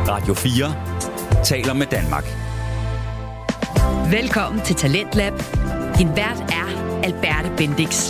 Radio 4 taler med Danmark. Velkommen til Talentlab. Din vært er Alberte Bendix.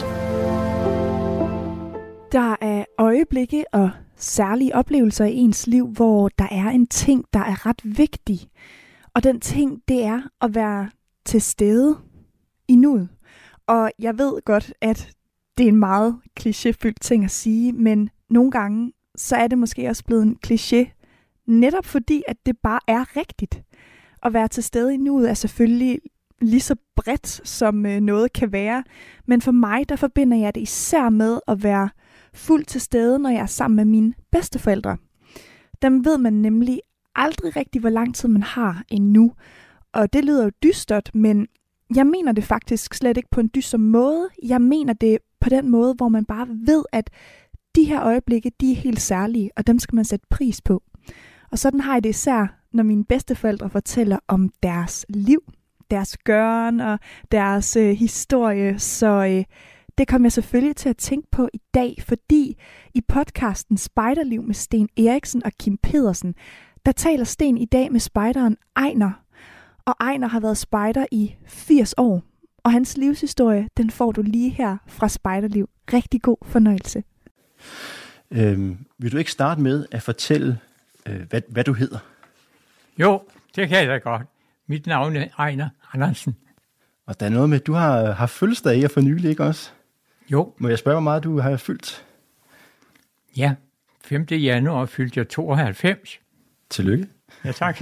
Der er øjeblikke og særlige oplevelser i ens liv, hvor der er en ting, der er ret vigtig. Og den ting, det er at være til stede i nuet. Og jeg ved godt, at det er en meget klichéfyldt ting at sige, men nogle gange, så er det måske også blevet en kliché, netop fordi, at det bare er rigtigt. At være til stede i nuet er selvfølgelig lige så bredt, som noget kan være. Men for mig, der forbinder jeg det især med at være fuldt til stede, når jeg er sammen med mine bedsteforældre. Dem ved man nemlig aldrig rigtig, hvor lang tid man har endnu. Og det lyder jo dystert, men jeg mener det faktisk slet ikke på en dyster måde. Jeg mener det på den måde, hvor man bare ved, at de her øjeblikke, de er helt særlige, og dem skal man sætte pris på. Og sådan har jeg det især, når mine bedsteforældre fortæller om deres liv, deres gøren og deres historie. Så det kom jeg selvfølgelig til at tænke på i dag, fordi i podcasten Spejderliv med Sten Eriksen og Kim Pedersen, der taler Sten i dag med spejderen Ejner. Og Ejner har været spejder i 80 år, og hans livshistorie, den får du lige her fra Spejderliv. Rigtig god fornøjelse. Vil du ikke starte med at fortælle, hvad du hedder? Jo, det kan jeg da godt. Mit navn er Ejner Andersen. Og der er noget med, at du har fødselsdag her for nylig, ikke også? Jo. Må jeg spørge, hvor meget du har fyldt? Ja, 5. januar fyldte jeg 92. Tillykke. Ja, tak.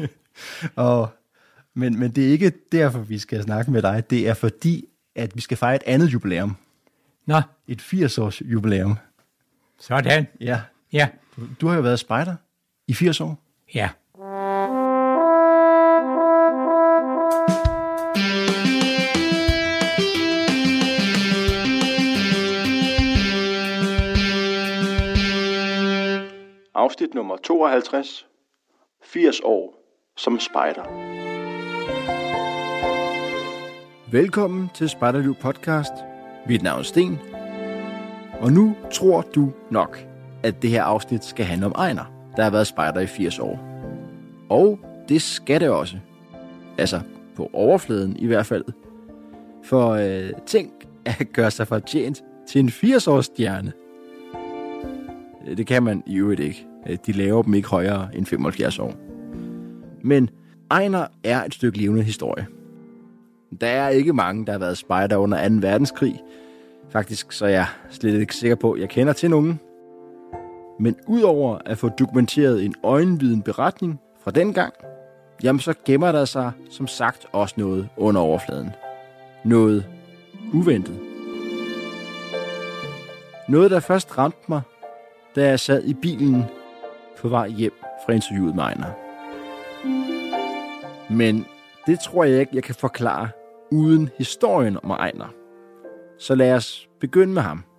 Men det er ikke derfor, vi skal snakke med dig. Det er fordi, at vi skal fejre et andet jubilæum. Nå. Et 80-års jubilæum. Sådan. Ja. Ja. Du har jo været spejder i 80 år. Ja. Afsnit nummer 52. 80 år som spejder. Velkommen til Spejderliv podcast. Mit navn er Sten. Og nu tror du nok, at det her afsnit skal handle om Ejner, der har været spejder i 80 år. Og det skal det også. Altså på overfladen i hvert fald. For tænk at gøre sig fortjent til en 80-års stjerne. Det kan man i øvrigt ikke. De laver dem ikke højere end 75 år. Men Ejner er et stykke levende historie. Der er ikke mange, der har været spejder under 2. verdenskrig. Faktisk så er jeg slet ikke sikker på, at jeg kender til nogen. Men udover at få dokumenteret en øjenviden beretning fra dengang, jamen så gemmer der sig som sagt også noget under overfladen. Noget uventet. Noget, der først ramte mig, da jeg sad i bilen på vej hjem fra interviewet med Ejner. Men det tror jeg ikke, jeg kan forklare uden historien om Ejner. Så lad os begynde med ham.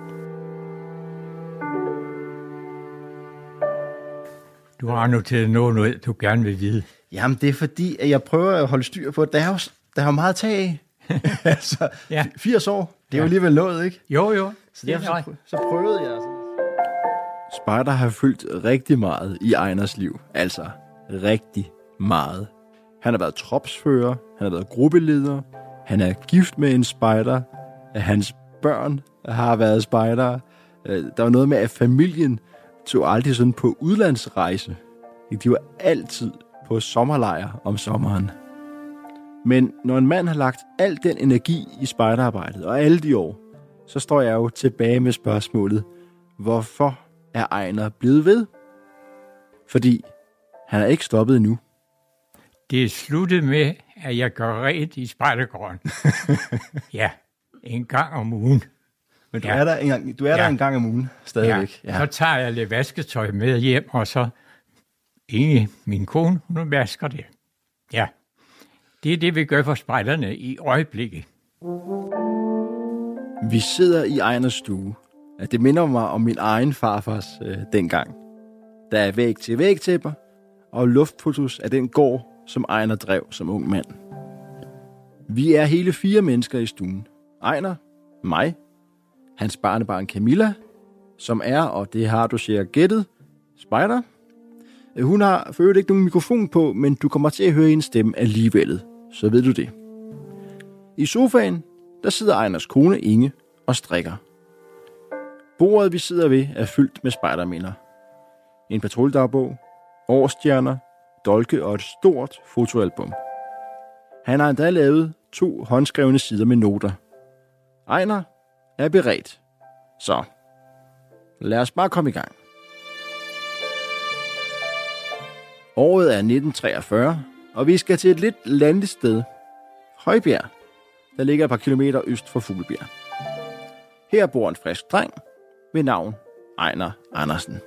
Du har noteret noget, du gerne vil vide. Jamen, det er fordi, at jeg prøver at holde styr på, at der er jo meget tag af. Altså, ja. 80 år, det er jo alligevel noget, ikke? Jo. Så derfor så prøvede jeg. Spejder har fyldt rigtig meget i Ejners liv. Altså, rigtig meget. Han har været tropsfører, han har været gruppeleder, han er gift med en spejder, hans børn har været spejdere. Der var noget med, at familien tog aldrig sådan på udlandsrejse. De var altid på sommerlejr om sommeren. Men når en mand har lagt al den energi i spejderarbejdet og alle de år, så står jeg jo tilbage med spørgsmålet, hvorfor er Ejner blevet ved? Fordi han er ikke stoppet endnu. Det er sluttet med, at jeg gør rent i spejdergården. Ja, en gang om ugen. Men du er der en gang om ugen stadigvæk. Ja. Så tager jeg lidt vasketøj med hjem, og så min kone, hun vasker det. Ja, det er det, vi gør for spejderne i øjeblikket. Vi sidder i Ejners stue. Det minder mig om min egen farfars dengang. Der er væg-til-væg-tæpper og luftfotos af den gård, som Ejner drev som ung mand. Vi er hele 4 mennesker i stuen. Ejner, mig, hans barnebarn Camilla, som er, og det har du sikkert gættet, spejder. Hun har for øvrigt ikke nogen mikrofon på, men du kommer til at høre hendes stemme alligevel. Så ved du det. I sofaen, der sidder Ejners kone Inge og strikker. Bordet, vi sidder ved, er fyldt med spejderminder. En patruljedagbog, årsstjerner, dolke og et stort fotoalbum. Han har endda lavet 2 håndskrevne sider med noter. Ejner er beredt. Så lad os bare komme i gang. Året er 1943, og vi skal til et lidt landligt sted. Højbjerg, der ligger et par kilometer øst for Fuglebjerg. Her bor en frisk dreng ved navn Ejner Andersen.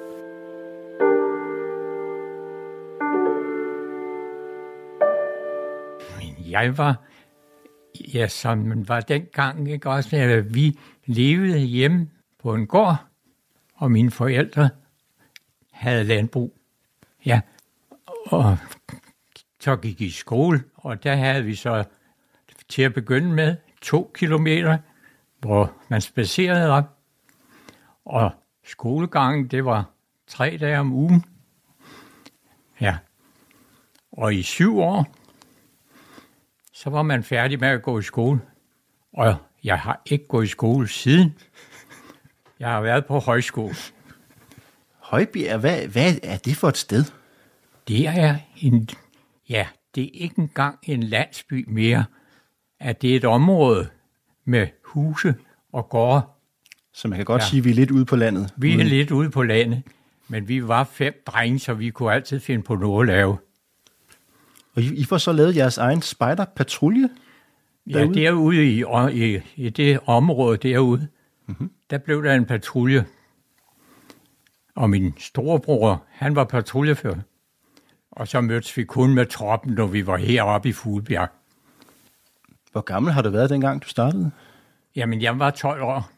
Jeg var, som man var dengang, ikke også, at vi levede hjemme på en gård, og mine forældre havde landbrug. Ja, og så gik i skole, og der havde vi så til at begynde med 2 kilometer, hvor man spacerede op. Og skolegangen, det var 3 dage om ugen. Ja, og i 7 år, så var man færdig med at gå i skole. Og jeg har ikke gået i skole siden. Jeg har været på højskole. Højbjerg, hvad er det for et sted? Det er det er ikke engang en landsby mere. At det er et område med huse og gårde. Så man kan godt sige, at vi er lidt ude på landet. Vi er lidt ude på landet, men vi var 5 drenge, så vi kunne altid finde på noget at lave. Og I får så lavet jeres egen spejderpatrulje? Ja, derude i det område derude, der blev der en patrulje. Og min storebror, han var patruljefører. Og så mødtes vi kun med troppen, når vi var heroppe i Fuglebjerg. Hvor gammel har du været, dengang du startede? Jamen, jeg var 12 år.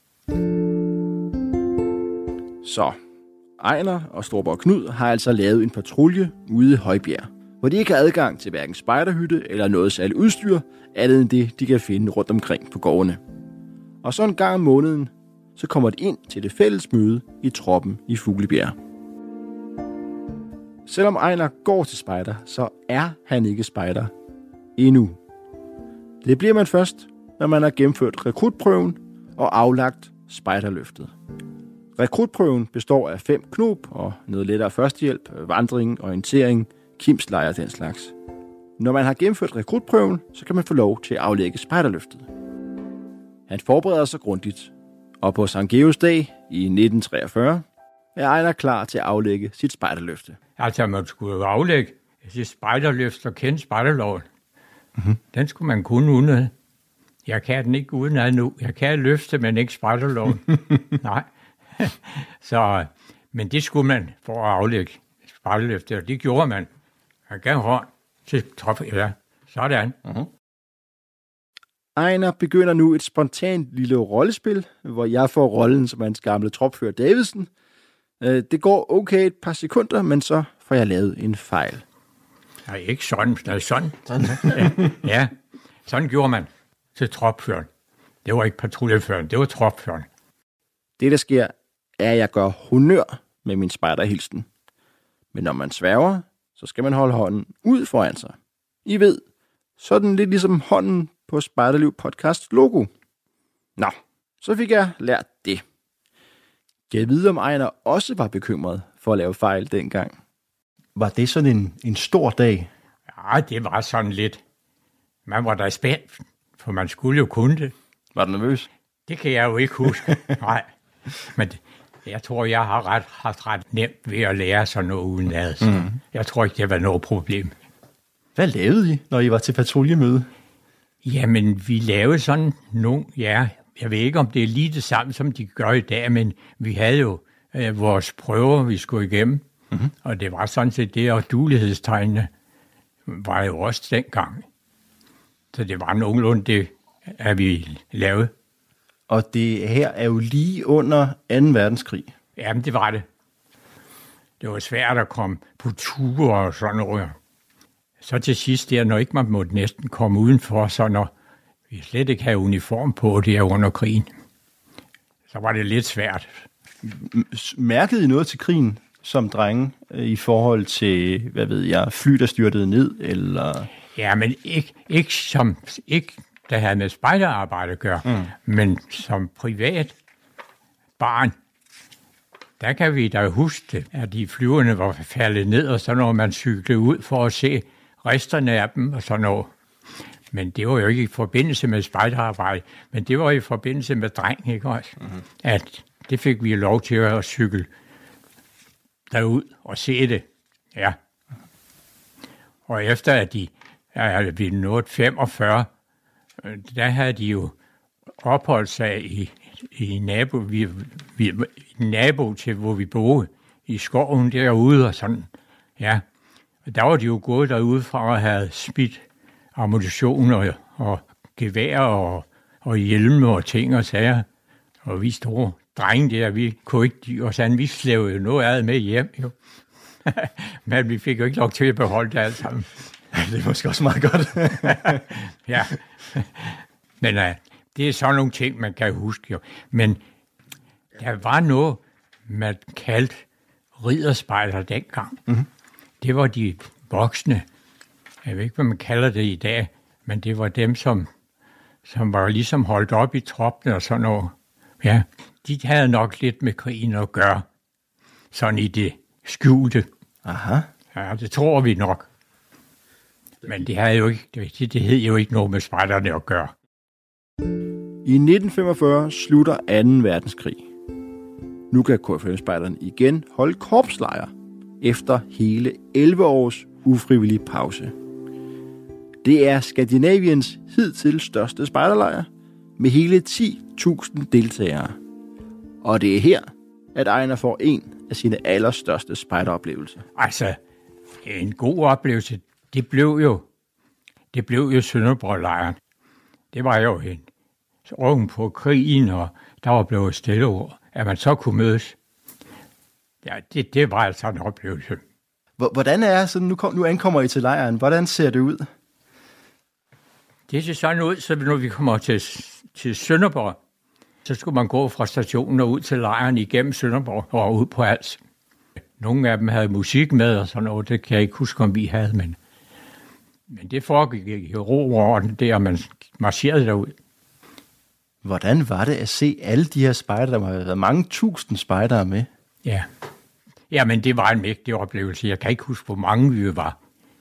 Så, Ejner og Storborg Knud har altså lavet en patrulje ude i Højbjerg, hvor de ikke har adgang til hverken spejderhytte eller noget særligt udstyr, andet end det, de kan finde rundt omkring på gårdene. Og så en gang om måneden, så kommer de ind til det fælles møde i troppen i Fuglebjerg. Selvom Ejner går til spejder, så er han ikke spejder endnu. Det bliver man først, når man har gennemført rekrutprøven og aflagt spejderløftet. Rekrutprøven består af 5 knop og noget lettere førstehjælp, vandring, orientering, kimslejr og den slags. Når man har gennemført rekrutprøven, så kan man få lov til at aflægge spejderløftet. Han forbereder sig grundigt, og på Sankt Georgs dag i 1943 er Ejner klar til at aflægge sit spejderløfte. Altså, man skulle aflægge sit spejderløfte og kende spejderloven. Den skulle man kunne uden. Jeg kan den ikke udenad nu. Jeg kan løfte, men ikke spejderloven. Nej. Så, men det skulle man for at aflægge spejderløfte, og det gjorde man. Jeg gav hånd til trop. Ja, sådan. Ejner begynder nu et spontant lille rollespil, hvor jeg får rollen som hans gamle tropfører Davidsen. Det går okay et par sekunder, men så får jeg lavet en fejl. Nej, ikke sådan. Nej, sådan. Ja, sådan gjorde man til tropføren. Det var ikke patruljeføren, det var tropføren. Det, der sker, er, at jeg gør honør med min spejderhilsen. Men når man sværger, så skal man holde hånden ud foran sig. I ved, sådan lidt ligesom hånden på Spejderliv Podcast logo. Nå, så fik jeg lært det. Jeg ved, om Ejner også var bekymret for at lave fejl dengang. Var det sådan en stor dag? Ja, det var sådan lidt. Man var da spændt, for man skulle jo kunne det. Var du nervøs? Det kan jeg jo ikke huske. Nej, men jeg tror, jeg har haft ret nemt ved at lære sådan noget udenad. Jeg tror ikke, det var noget problem. Hvad lavede I, når I var til patruljemøde? Jamen, vi lavede sådan nogle, jeg ved ikke, om det er lige det samme, som de gør i dag, men vi havde jo vores prøver, vi skulle igennem. Og det var sådan set det, og duelighedstegnene var jo også dengang. Så det var nogenlunde det, at vi lavede. Og det her er jo lige under 2. verdenskrig. Jamen, det var det. Det var svært at komme på ture og sådan noget. Så til sidst der, når ikke man måtte næsten komme udenfor, så når vi slet ikke havde uniform på der under krigen, så var det lidt svært. Mærkede I noget til krigen som drenge? i forhold til, hvad ved jeg, fly, der styrtede ned, eller... Ja, men ikke der havde med spejderarbejde at gøre, men som privat barn, der kan vi da huske det, at de flyverne var faldet ned, og så når man cyklede ud for at se resterne af dem og sådan noget. Men det var jo ikke i forbindelse med spejderarbejde, men det var i forbindelse med dreng, ikke også? At det fik vi lov til at cykle derud og se det, ja. Og efter at vi nåede 45, der havde de jo opholdt sig i nabo til, hvor vi boede, i skoven derude og sådan, ja. Og der var de jo gået derude fra at have spidt ammunition og gevær og hjelme og ting og sager. Og vi store drenge der, vi kunne ikke, og sådan, vi slævede jo noget af med hjem, jo. Men vi fik jo ikke lov til at beholde det alt sammen. Det er måske også meget godt. Ja. Men det er sådan nogle ting, man kan huske, jo. Men der var noget, man kaldte ridderspejder dengang. Mm-hmm. Det var de voksne. Jeg ved ikke, hvad man kalder det i dag, men det var dem, som var ligesom holdt op i troppene og sådan noget. Ja, de havde nok lidt med krigen at gøre. Sådan i det skjulte. Aha. Ja, det tror vi nok. Men det havde jo ikke, det hed jo ikke noget med spejderne at gøre. I 1945 slutter 2. verdenskrig. Nu kan KFUM-spejderne igen holde korpslejr efter hele 11 års ufrivillig pause. Det er Skandinaviens hidtil største spejderlejr med hele 10.000 deltagere. Og det er her, at Ejner får en af sine allerstørste spejderoplevelser. Altså, en god oplevelse, det blev jo Sønderborg-lejren. Det var jo en oven på krigen, og der var blevet stille ord, at man så kunne mødes. Ja, det var altså en oplevelse. Hvordan er så nu ankommer I til lejren? Hvordan ser det ud? Det ser sådan ud, så når vi kommer til Sønderborg, så skulle man gå fra stationen og ud til lejren igennem Sønderborg og ud på Als. Nogle af dem havde musik med og sådan noget, det kan jeg ikke huske, om vi havde, men det foregik i ro og orden der, man marcherede derud. Hvordan var det at se alle de her spejdere? Der har været mange tusind spejdere med. Ja. Ja, men det var en mægtig oplevelse. Jeg kan ikke huske, hvor mange vi var.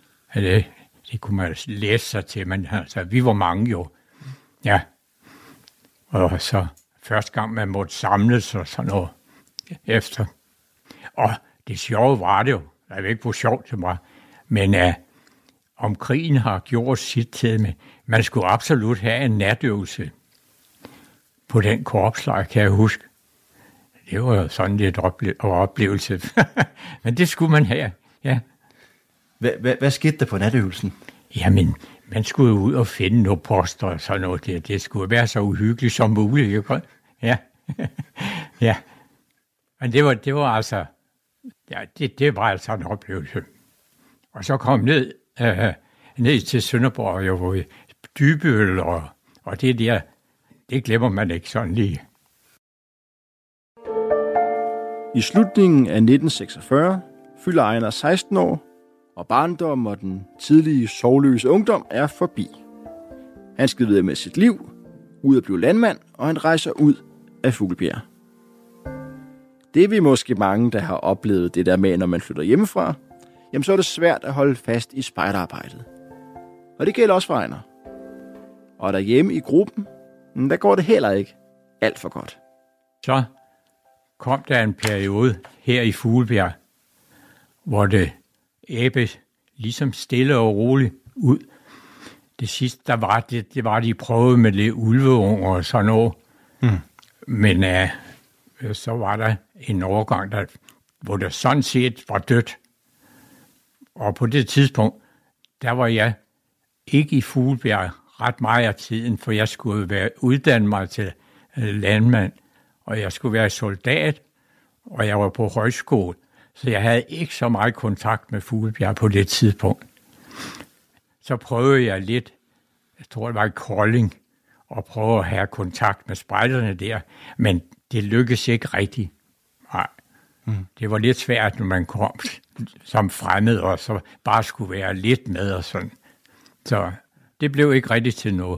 Det kunne man læse sig til, men altså, vi var mange jo. Ja. Og så første gang, man måtte samles og sådan noget efter. Og det sjove var det jo. Jeg ved ikke, hvor sjovt det var. Men om krigen har gjort sit til med, man skulle absolut have en natøvelse på den korpslejr, kan jeg huske. Det var jo sådan lidt oplevelse. Men det skulle man have, ja. Hvad skete der på natøvelsen? Jamen, man skulle jo ud og finde nogle poster og sådan noget. Det skulle være så uhyggeligt som muligt. Ja. Ja. Men det var altså, ja, det var altså en oplevelse. Og så kom ned til Sønderborg, jo, hvor Dybøl og det der, det glemmer man ikke sådan lige. I slutningen af 1946 fylder Ejner 16 år, og barndom og den tidlige sorgløse ungdom er forbi. Han skal videre med sit liv, ud at blive landmand, og han rejser ud af Fuglebjerg. Det er vi måske mange, der har oplevet det der med, når man flytter hjemmefra, jamen så er det svært at holde fast i spejderarbejdet. Og det gælder også for Ejner. Og derhjemme i gruppen, der går det heller ikke alt for godt. Så kom der en periode her i Fuglebjerg, hvor det æbbe ligesom stille og roligt ud. Det sidste, der var det var, de prøvede med lidt ulveunger og sådan noget. Men så var der en overgang, hvor det sådan set var dødt. Og på det tidspunkt, der var jeg ikke i Fuglebjerg ret meget af tiden, for jeg skulle uddanne mig til landmand, og jeg skulle være soldat, og jeg var på højskole, så jeg havde ikke så meget kontakt med Fuglebjerg på det tidspunkt. Så prøvede jeg lidt, jeg tror det var i Kolding, at prøve at have kontakt med spejderne der, men det lykkedes ikke rigtigt. Nej. Det var lidt svært, når man kom som fremmed, og så bare skulle være lidt med og sådan. Så det blev ikke rigtigt til noget.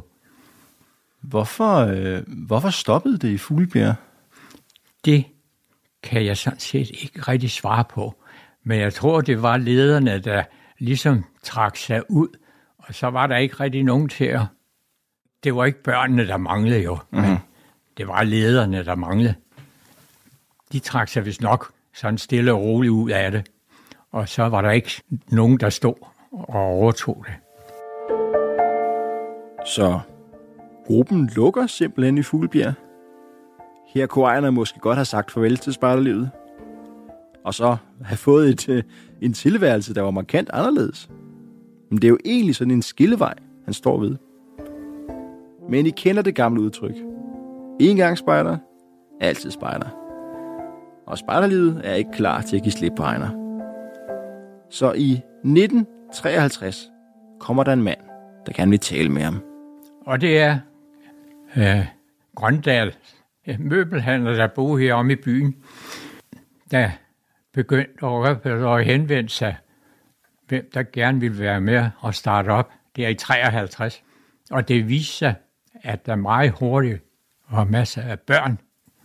Hvorfor stoppede det i Fuglebjerg? Det kan jeg sådan set ikke rigtig svare på. Men jeg tror, det var lederne, der ligesom trak sig ud, og så var der ikke rigtig nogen til at... Det var ikke børnene, der manglede jo, men det var lederne, der manglede. De trak sig vist nok sådan stille og roligt ud af det, og så var der ikke nogen, der stod og overtog det. Så gruppen lukker simpelthen i Fuglebjerg. Her kunne ejerne måske godt have sagt farvel til spejderlivet, og så have fået en tilværelse, der var markant anderledes. Men det er jo egentlig sådan en skillevej, han står ved. Men I kender det gamle udtryk. En gang spejder, altid spejder. Og spejderlivet er ikke klar til at give slip på Ejner. Så i 1953 kommer der en mand, der gerne vil tale med ham. Og det er Grøndal, møbelhandler, der bor heromme i byen, der begyndte at henvende sig, hvem der gerne ville være med og starte op. Det er i 53. Og det viste sig, at der meget hurtigt var masser af børn.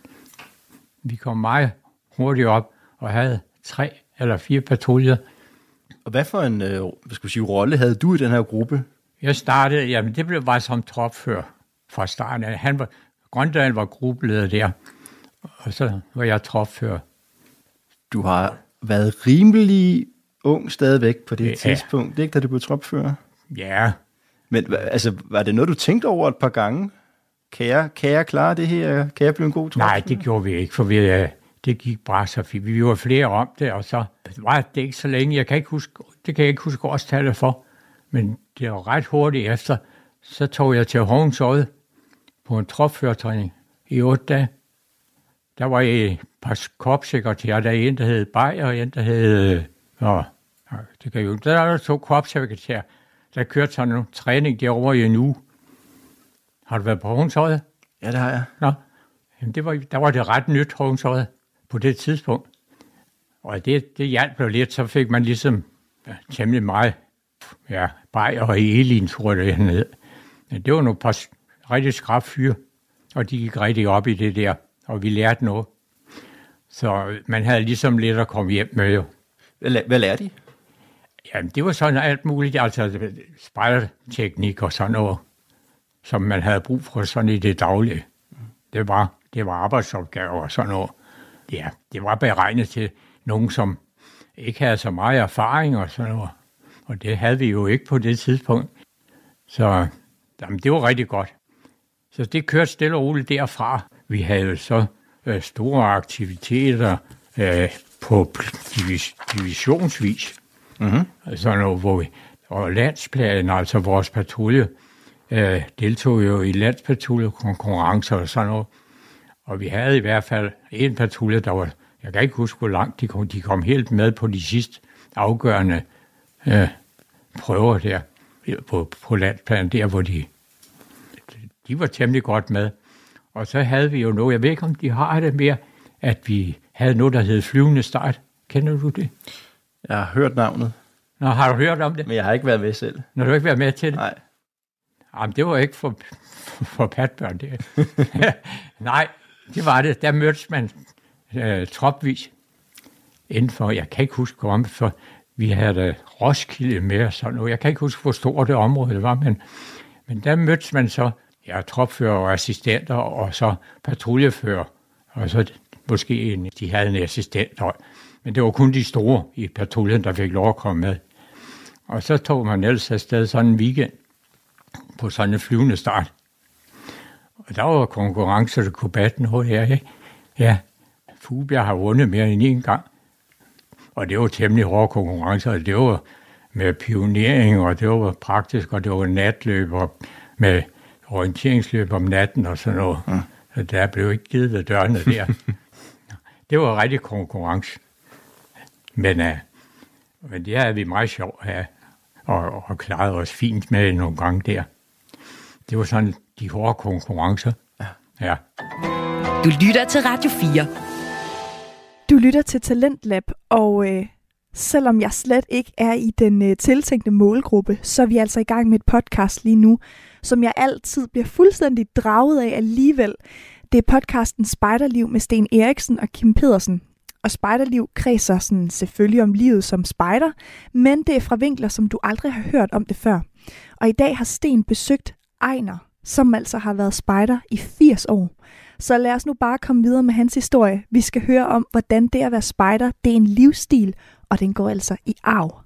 Vi kom meget hurtigt op og havde 3 eller 4 patruljer. Og hvad for en rolle havde du i den her gruppe? Jeg startede, det var som tropfører fra starten. Grøndal var gruppeleder der, og så var jeg tropfører. Du har været rimelig ung stadigvæk på det tidspunkt, ikke, da du blev tropfører? Ja. Men altså, var det noget, du tænkte over et par gange? Kan jeg klare det her? Kan jeg blive en god tropfører? Nej, det gjorde vi ikke, for det gik bare så fint. Vi var flere om det, og så var det ikke så længe. Det kan jeg ikke huske årstallet for, men det var ret hurtigt efter. Så tog jeg til Hovensøde på en tropførertræning i 8 dage. Der var et par korpssekretærer, der en, der hed Bayer, og en, der hed... det kan jo... Der var 2 korpssekretærer, der kørte sådan en træning derovre i en uge. Har du været på Hovensøde? Ja, det har jeg. Nå, jamen der var det ret nyt Hovensøde på det tidspunkt. Og det hjalp jo lidt, så fik man ligesom temmelig meget Bayer og Elin, tror jeg, det hed. Det var nogle par rigtig skrab fyre, og de gik rigtig op i det der, og vi lærte noget. Så man havde ligesom lidt at komme hjem med jo. Hvad lærte I? Jamen, det var sådan alt muligt, altså spejderteknik og sådan noget, som man havde brug for sådan i det daglige. Det var arbejdsopgaver og sådan noget. Ja, det var beregnet til nogen, som ikke havde så meget erfaring og sådan noget. Og det havde vi jo ikke på det tidspunkt. Så jamen, det var rigtig godt. Så det kørte stille og roligt derfra. Vi havde så store aktiviteter på divisionsvis. Sådan noget, hvor vi, og landsplanen, altså vores patrulje, deltog jo i landspatruljekonkurrencer og sådan noget. Og vi havde i hvert fald en patrulje, der var, jeg kan ikke huske, hvor langt de kom helt med på de sidste afgørende prøver der på landsplanen, der hvor de var temmelig godt med. Og så havde vi jo noget, jeg ved ikke, om de har det mere, at vi havde noget, der hed flyvende start. Kender du det? Jeg har hørt navnet. Nå, har du hørt om det? Men jeg har ikke været med selv. Når du ikke været med til det? Nej. Jamen, det var ikke for patbørn, det. Nej, det var det. Der mødtes man tropvis inden for, jeg kan ikke huske om, for vi havde Roskilde med og sådan noget. Jeg kan ikke huske, hvor stort det område det var, men der mødtes man så, tropfører og assistenter, og så patruljefører, og så måske de havde en assistent. Men det var kun de store i patruljen, der fik lov at komme med. Og så tog man ellers afsted sådan en weekend på sådan en flyvende start. Og der var konkurrencer, der kunne batte noget her, ikke? Ja, Fuglebjerg har vundet mere end en gang. Og det var temmelig hårde konkurrencer. Det var med pionering, og det var praktisk, og det var natløb, og med orienteringsløb om natten og sådan noget. Så der blev ikke givet ved dørene der. Det var rigtig konkurrence. Men det havde vi meget sjovt at have, og klarede os fint med nogle gange der. Det var sådan de hårde konkurrencer. Ja. Du lytter til Radio 4. Du lytter til Talentlab, og Selvom jeg slet ikke er i den tiltænkte målgruppe, så er vi altså i gang med et podcast lige nu, som jeg altid bliver fuldstændig draget af alligevel. Det er podcasten Spejderliv med Sten Eriksen og Kim Pedersen. Og Spejderliv kredser sådan selvfølgelig om livet som spejder, men det er fra vinkler, som du aldrig har hørt om det før. Og i dag har Sten besøgt Ejner, som altså har været spejder i 80 år. Så lad os nu bare komme videre med hans historie. Vi skal høre om, hvordan det at være spejder, det er en livsstil, og den går altså i arv.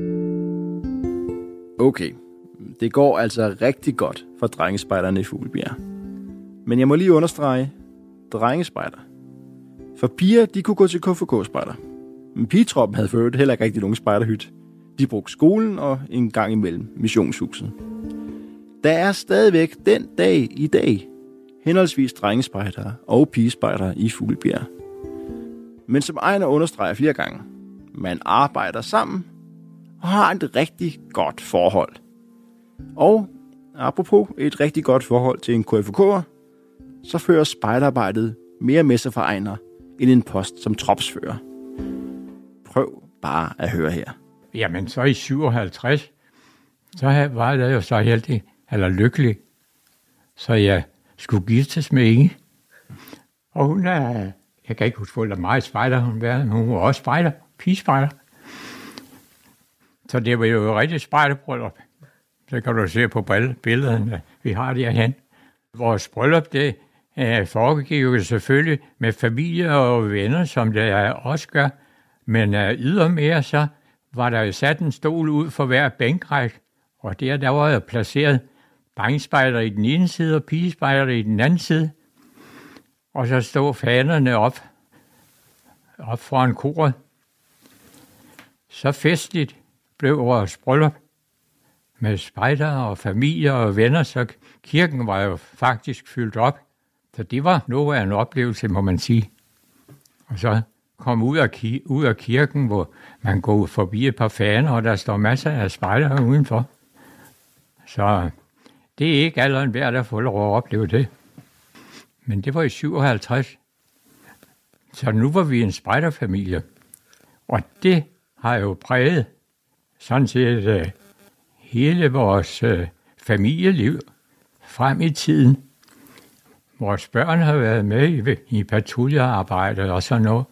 Okay, det går altså rigtig godt for drengespejderne i Fuglebjerg. Men jeg må lige understrege, drengespejder. For piger, de kunne gå til KFK-spejder. Men pigetroppen havde for heller ikke rigtig nogen spejderhyt. De brugte skolen og en gang imellem missionshuset. Der er stadigvæk den dag i dag henholdsvis drengespejdere og pigespejdere i Fuglebjerg. Men som Ejner understreger flere gange, man arbejder sammen og har et rigtig godt forhold. Og apropos et rigtig godt forhold til en KFK'er, så fører spejderarbejdet mere med sig for Ejner end en post som tropsfører. Prøv bare at høre her. Jamen, så i 57, så var jeg jo så heldig, eller lykkelig, så jeg skulle giftes med Inge. Og hun er, jeg kan ikke huske, hvor meget spejder hun var, men hun var også spejder, pigespejder. Så det var jo et rigtigt spejderbryllup. Så kan du se på billederne, vi har derhen. Vores bryllup, det foregik jo selvfølgelig med familie og venner, som det også gør. Men ydermere så var der jo sat en stol ud for hver bænkræk, og der var jo placeret drengespejder i den ene side og pigespejder i den anden side. Og så stod fanerne op foran koret. Så festligt blev vores bryllup med spejder og familie og venner, så kirken var jo faktisk fyldt op. Så det var noget af en oplevelse, må man sige. Og så kom ud af kirken, hvor man går forbi et par faner, og der står masser af spejdere udenfor. Så det er ikke alderen hver, der får lov at opleve det. Men det var i 57. Så nu var vi en spejderfamilie. Og det har jo præget sådan set hele vores familieliv frem i tiden. Vores børn har været med i patruljearbejde og sådan noget.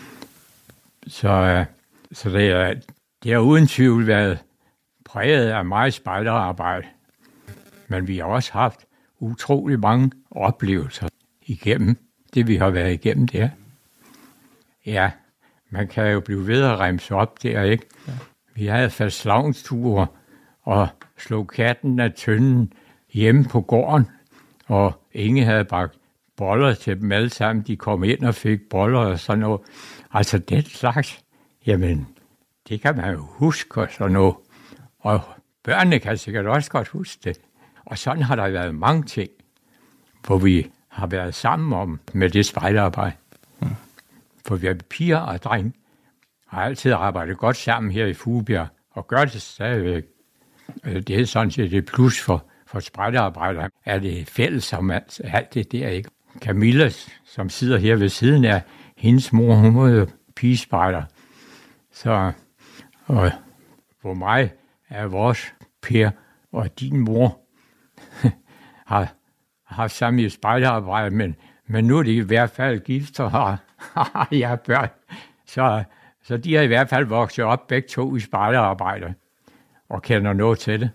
Så det har uden tvivl været præget af meget spejderarbejde. Men vi har også haft utrolig mange oplevelser igennem det, vi har været igennem der. Ja, man kan jo blive ved at remse op der, ikke? Ja. Vi havde fastelavnsture og slog katten af tønden hjemme på gården, og Inge havde bagt boller til dem alle sammen. De kom ind og fik boller og sådan noget. Altså den slags, jamen, det kan man jo huske og sådan noget. Og børnene kan sikkert også godt huske det. Og sådan har der været mange ting, hvor vi har været sammen om med det spejderarbejde. For vi er piger og drenge, har altid arbejdet godt sammen her i Fuglebjerg, og gør det stadigvæk. Det er sådan set et plus for spejderarbejdere, er det fælles om alt det der, ikke? Camilla, som sidder her ved siden af, hendes mor, hun var jo pigespejder. Så, og for mig er vores Per og din mor har haft sammen i spejderarbejde, men nu er de i hvert fald gift og har jeg børn. Så de har i hvert fald vokset op begge to i spejderarbejde og kender noget til det.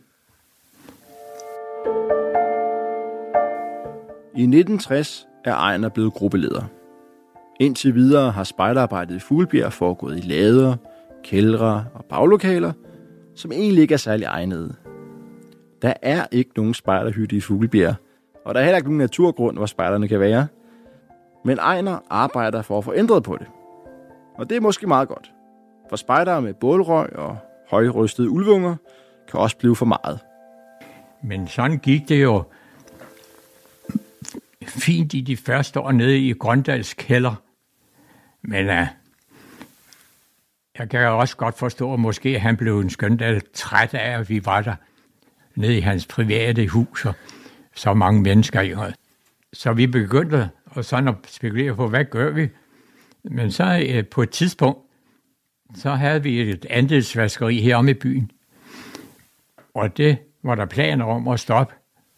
I 1960 er Ejner blevet gruppeleder. Indtil videre har spejderarbejdet i Fuglebjerg foregået i lader, kældre og baglokaler, som egentlig ikke er særlig egnede. Der er ikke nogen spejderhytte i Fuglebjerg, og der er heller ikke nogen naturgrund, hvor spejderne kan være. Men Ejner arbejder for at få ændret på det. Og det er måske meget godt. For spejdere med bålrøg og højrystede ulvunger kan også blive for meget. Men sådan gik det jo fint i de første år nede i Grøndals kælder. Men jeg kan også godt forstå, at måske han blev en skøndal træt af, at vi var der nede i hans private hus, og så mange mennesker i. Så vi begyndte at spekulere på, hvad gør vi? Men så på et tidspunkt, så havde vi et andelsvaskeri heromme i byen. Og det var der planer om at stoppe.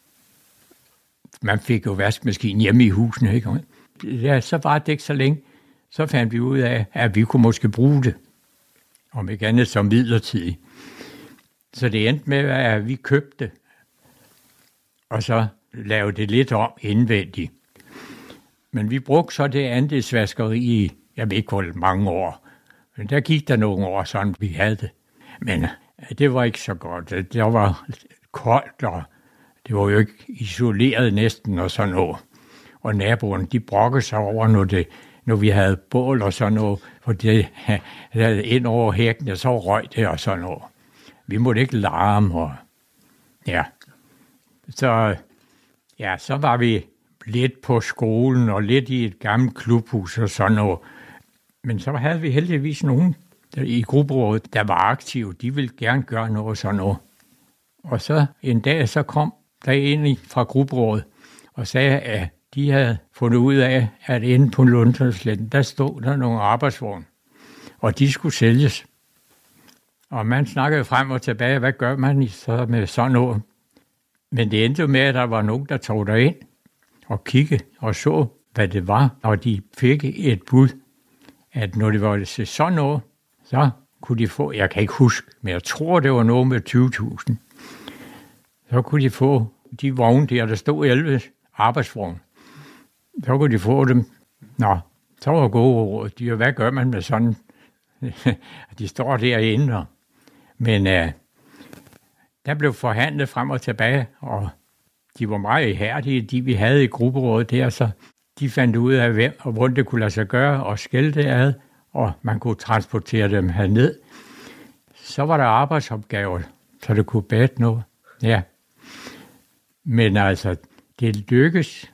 Man fik jo vaskemaskinen hjemme i husene, ikke? Ja, så var det ikke så længe. Så fandt vi ud af, at vi kunne måske bruge det. Om ikke andet som midlertidigt. Så det endte med, at vi købte det. Og så lavede det lidt om indvendigt. Men vi brugte så det andelsvaskeri i, jeg ved ikke hvor mange år. Men der gik der nogle år, sådan vi havde det. Men det var ikke så godt. Det var koldt, og det var jo ikke isoleret næsten og sådan noget. Og naboerne, de brokkede sig over, når vi havde bål og sådan noget, for det havde ind over hækken, og så røg det og sådan noget. Vi måtte ikke larme, og ja. Så var vi lidt på skolen, og lidt i et gammelt klubhus og sådan noget. Men så havde vi heldigvis nogen i grupperådet, der var aktive. De ville gerne gøre noget sådan noget. Og så en dag, så kom der en fra grupperådet og sagde, at de havde fundet ud af, at inde på Lundsøsletten, der stod der nogle arbejdsvogne, og de skulle sælges. Og man snakkede frem og tilbage, hvad gør man så med sådan noget? Men det endte med, at der var nogen, der tog derind og kiggede og så, hvad det var, og de fik et bud, at når det var sådan noget, så kunne de få, jeg kan ikke huske, men jeg tror, det var noget med 20.000. Så kunne de få de vogne der stod 11 arbejdsvogne. Så kunne de få dem. Nå, så var gode råd. Hvad gør man med sådan? De står derinde. Men der blev forhandlet frem og tilbage, og de var meget ihærdige, de vi havde i grupperådet der, så de fandt ud af, hvem og hvordan det kunne lade sig gøre, og skældte ad, og man kunne transportere dem herned. Så var der arbejdsopgaver, så det kunne bære noget. Ja. Men altså, det lykkedes,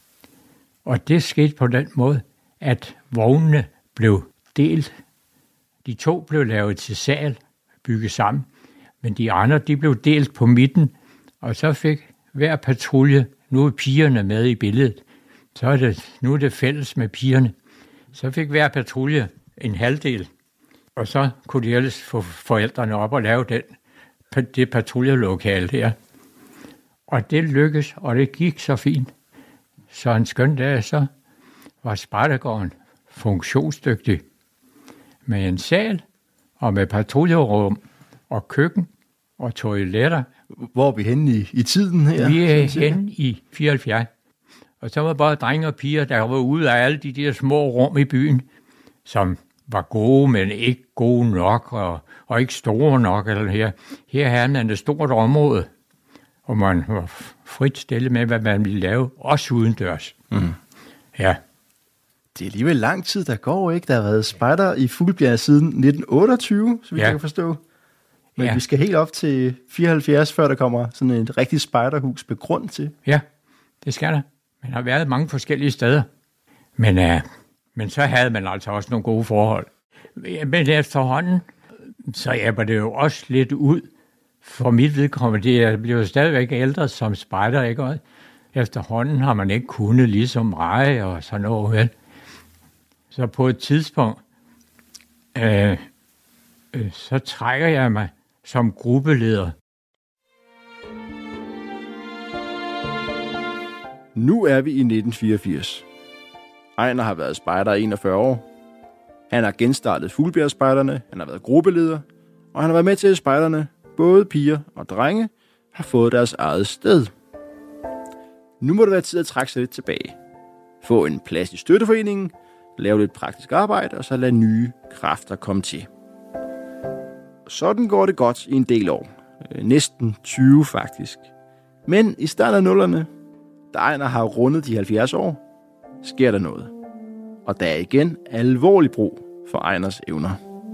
og det skete på den måde, at vognene blev delt. De to blev lavet til sal, bygget sammen, men de andre, de blev delt på midten, og så fik hver patrulje, nu er pigerne med i billedet, nu er det fælles med pigerne, så fik hver patrulje en halvdel, og så kunne de ellers få forældrene op og lave det patruljelokale der. Og det lykkedes, og det gik så fint. Så en skøn dag, så var spejdergården funktionsdygtig med en sal og med patruljerum og køkken og toiletter. Hvor er vi henne i tiden her? Vi er henne i 74. Og så var bare drenge og piger, der var ude af alle de der små rum i byen, som var gode, men ikke gode nok og ikke store nok. Her havde man et stort område, og man var frit stillet med, hvad man ville lave, også udendørs. Mm. Ja. Det er alligevel lang tid, der går, ikke? Der har været spejder i Fuglebjerg siden 1928, så vi kan forstå. Men vi skal helt op til 74, før der kommer sådan et rigtigt spejderhus med grund til. Ja, det skal der. Man har været mange forskellige steder. Men så havde man altså også nogle gode forhold. Men efterhånden, så hjælper det jo også lidt ud. For mit vedkommende, det bliver stadigvæk ældre som spejder, ikke? Og efterhånden har man ikke kunnet ligesom reje og sådan noget, vel? Så på et tidspunkt, så trækker jeg mig som gruppeleder. Nu er vi i 1984. Ejner har været spejder i 41 år. Han har genstartet Fuglebjergspejderne, han har været gruppeleder, og han har været med til, at spejderne, både piger og drenge, har fået deres eget sted. Nu må det være tid at trække sig lidt tilbage. Få en plads i støtteforeningen, lave lidt praktisk arbejde, og så lade nye kræfter komme til. Sådan går det godt i en del år. Næsten 20 faktisk. Men i starten af nullerne, da Ejner har rundet de 70 år, sker der noget. Og der er igen alvorlig brug for Ejners evner.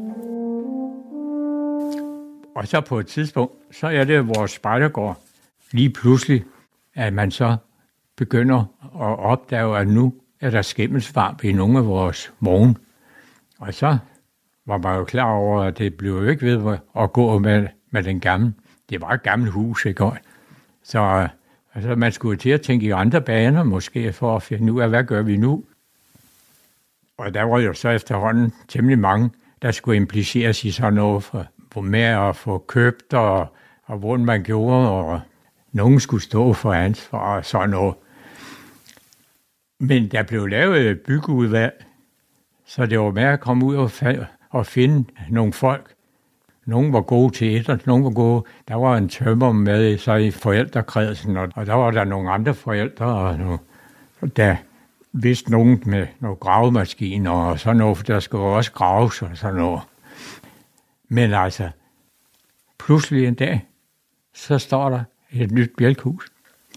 Og så på et tidspunkt, så er det vores spejdergård lige pludselig, at man så begynder at opdage, at nu er der skimmelsvamp i nogle af vores vogne. Og så var man jo klar over, at det blev jo ikke ved at gå med den gamle. Det var et gammelt hus, ikke? Så altså, man skulle til at tænke i andre baner, måske for at finde ud af, hvad gør vi nu? Og der var jo så efterhånden temmelig mange, der skulle impliceres i sådan noget for med at få købt, og hvordan man gjorde, og nogen skulle stå for ansvar og sådan noget. Men der blev lavet et byggeudvalg, så det var med at komme ud og finde nogle folk. Nogle var gode til et, og nogle var gode. Der var en tømrer med så i forældrekredsen, og der var der nogle andre forældre, og der vidste nogen med nogle gravemaskiner og sådan noget, for der skulle også graves og sådan noget. Men altså, pludselig en dag, så står der et nyt bjælkhus.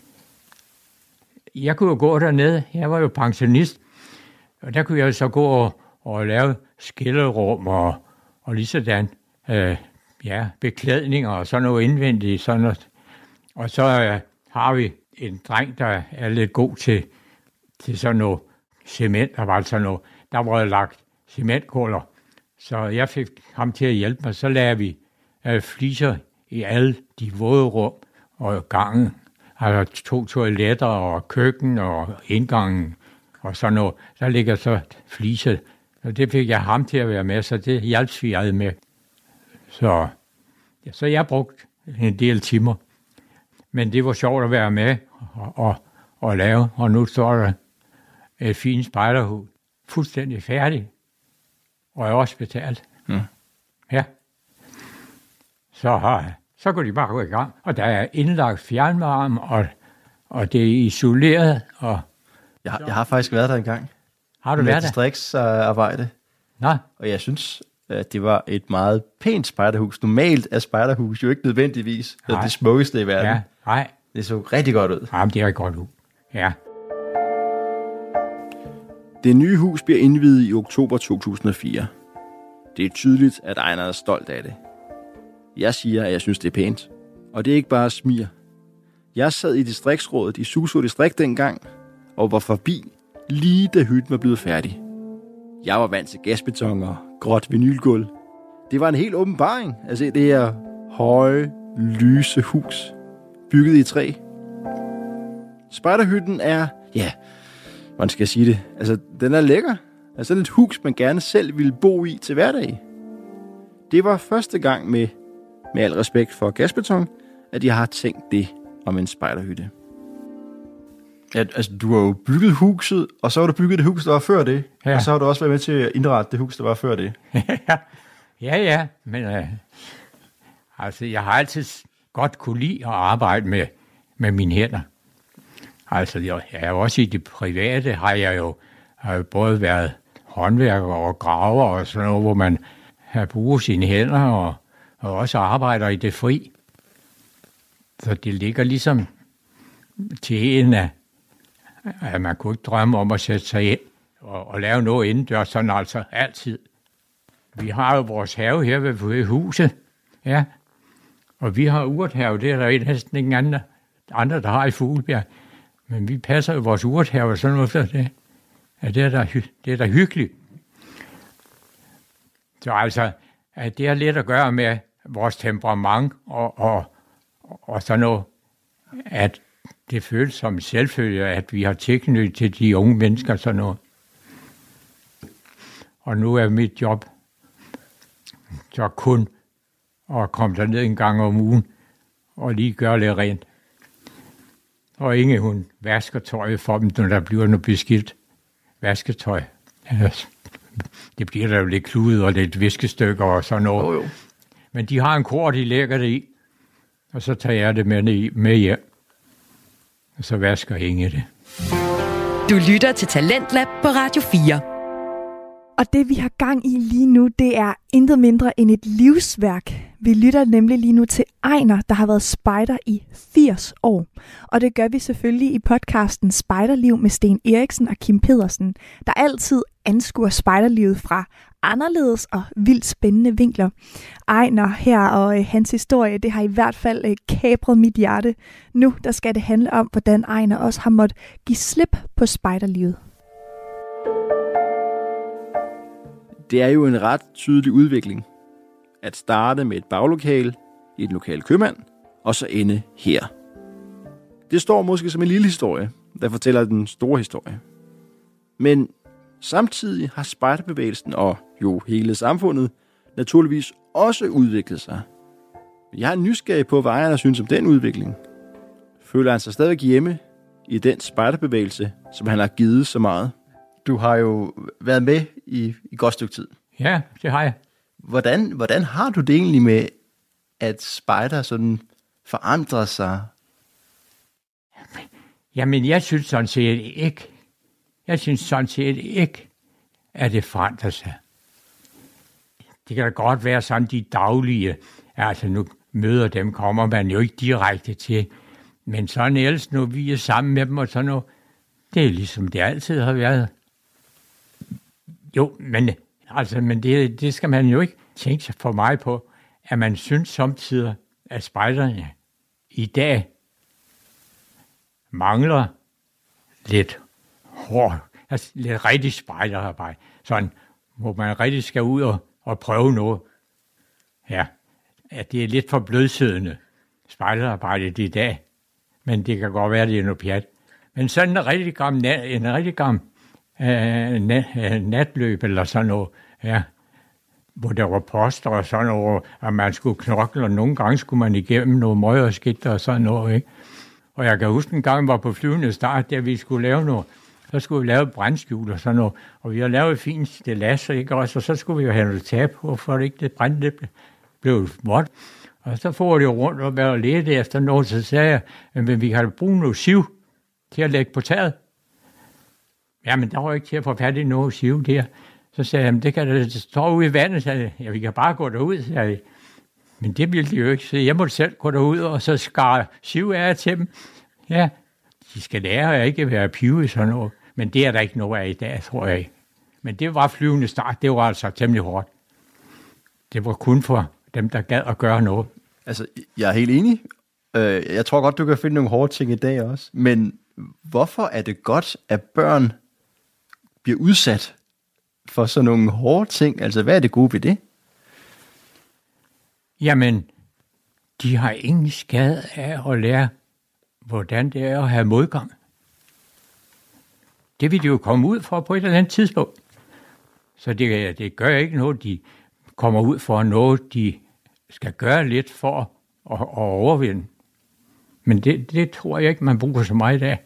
Jeg kunne jo gå dernede, jeg var jo pensionist, og der kunne jeg så gå og lave skillerum og lige sådan, beklædninger og sådan noget indvendigt. Sådan noget. Og så har vi en dreng, der er lidt god til sådan noget cement, der var lagt cementkåler. Så jeg fik ham til at hjælpe mig, så lagde vi fliser i alle de våde rum og gangen. Altså 2 toiletter og køkken og indgangen og sådan noget. Der ligger så fliser, og det fik jeg ham til at være med, så det hjalp vi med. Så jeg brugte en del timer. Men det var sjovt at være med og lave, og nu står der et fint spejderhus, fuldstændig færdig, og er også betalt. Mm. Ja. Så kunne de bare gå i gang, og der er indlagt fjernvarme, og det er isoleret. Og jeg har faktisk været der engang. Har du været der? Distriktsarbejde. Nå. Og jeg synes, at det var et meget pænt spejderhus. Normalt er spejderhus jo ikke nødvendigvis det smukkeste i verden. Ja, nej. Det så rigtig godt ud. Jamen, det er et godt hus. Ja. Det nye hus bliver indviet i oktober 2004. Det er tydeligt, at Ejner er stolt af det. Jeg siger, at jeg synes, det er pænt. Og det er ikke bare smir. Jeg sad i distriktsrådet i Suså Distrikt dengang, og var forbi lige da hytten var blevet færdig. Jeg var vant til gasbeton og gråt vinylgulv. Det var en helt åbenbaring at se det her høje, lyse hus, bygget i træ. Spejderhytten er, hvordan skal jeg sige det? Altså, den er lækker. Altså, sådan et hus, man gerne selv ville bo i til hverdag. Det var første gang med al respekt for gasbeton, at jeg har tænkt det om en spejderhytte. Ja, altså, du har jo bygget huset, og så har du bygget det hus, der var før det. Ja. Og så har du også været med til at indrette det hus, der var før det. Ja, men altså, jeg har altid godt kunne lide at arbejde med mine hænder. Altså, jeg er også i det private, har jeg jo både været håndværker og graver og sådan noget, hvor man har brugt sine hænder og også arbejder i det fri. Så det ligger ligesom til en af, at man kunne ikke drømme om at sætte sig ind og lave noget indendørs, sådan altså altid. Vi har jo vores have her ved huset, ja, og vi har urthave, det er der næsten ingen andre, der har i Fuglebjerg. Men vi passer jo vores urthave og sådan noget for det. Ja, det er da hyggeligt. Så altså, at det har lidt at gøre med vores temperament og sådan noget, at det føles som selvfølge, at vi har tilknyttet til de unge mennesker sådan noget. Og nu er mit job så kun at komme derned en gang om ugen og lige gøre lidt rent. Og Inge, hun vasker tøjet for dem, når der bliver noget beskidt vasketøj. Det bliver der jo lidt kludet og lidt viskestykker og sådan noget. Jo. Men de har en kor, de lægger det i, og så tager jeg det med hjem. Og så vasker Inge det. Du lytter til Talentlab på Radio 4. Og det vi har gang i lige nu, det er intet mindre end et livsværk. Vi lytter nemlig lige nu til Ejner, der har været spejder i 80 år. Og det gør vi selvfølgelig i podcasten Spejderliv med Sten Eriksen og Kim Pedersen, der altid anskuer spejderlivet fra anderledes og vildt spændende vinkler. Ejner her og hans historie, det har i hvert fald kapret mit hjerte. Nu der skal det handle om, hvordan Ejner også har måttet give slip på spejderlivet. Det er jo en ret tydelig udvikling at starte med et baglokale i et lokal købmand, og så ende her. Det står måske som en lille historie, der fortæller den store historie. Men Samtidig har spejderbevægelsen og jo hele samfundet naturligvis også udviklet sig. Jeg er nysgerrig på, hvad ejerne synes om den udvikling. Føler han sig stadig hjemme i den spejderbevægelse, som han har givet så meget? Du har jo været med i godt stykke tid. Ja, det har jeg. Hvordan har du det egentlig med, at spejder sådan forandrer sig? Jamen, jeg synes sådan set ikke, at det forandrer sig. Det kan da godt være sådan, de daglige, altså nu møder dem, kommer man jo ikke direkte til, men sådan ellers, når vi er sammen med dem og sådan noget, det er ligesom det altid har været. Jo, men det skal man jo ikke tænke sig for meget på, at man synes samtidig, at spejderne i dag mangler lidt lidt rigtig spejderarbejde. Sådan, hvor man rigtig skal ud og prøve noget. Ja, at det er lidt for blødsødende spejderarbejde i dag, men det kan godt være, det er noget pjat. Men sådan en rigtig gammel natløb eller sådan noget, ja, hvor der var poster og sådan noget, og man skulle knokle, og nogle gange skulle man igennem noget møg og skidt og sådan noget, ikke? Og jeg kan huske en gang, var på flyvende start, der vi skulle lave noget, så skulle vi lave brændskjul og sådan noget, og vi har lavet et fint stillads, ikke også, og så skulle vi jo have noget tab på, for ikke det brændte blev vådt. Og så får det rundt og være lede efter noget, så sagde jeg, at vi kan bruge noget siv til at lægge på taget. Jamen, der var ikke til at få fat i noget siv der. Så sagde jeg, det kan da stå ude i vandet, sagde jeg. Ja, vi kan bare gå derud, sagde jeg. Men det ville de jo ikke, så jeg måtte selv gå derud, og så skar siv af til dem. Ja, de skal lære at ikke være pive i sådan noget. Men det er der ikke noget af i dag, tror jeg ikke. Men det var flyvende start, det var altså temmelig hårdt. Det var kun for dem, der gad at gøre noget. Altså, jeg er helt enig. Jeg tror godt, du kan finde nogle hårde ting i dag også. Men hvorfor er det godt, at børn bliver udsat for sådan nogle hårde ting? Altså, hvad er det gode ved det? Jamen, de har ingen skade af at lære, hvordan det er at have modgang. Det vil de jo komme ud for på et eller andet tidspunkt. Så det gør ikke noget, de kommer ud for noget, de skal gøre lidt for at overvinde. Men det tror jeg ikke, man bruger så meget af.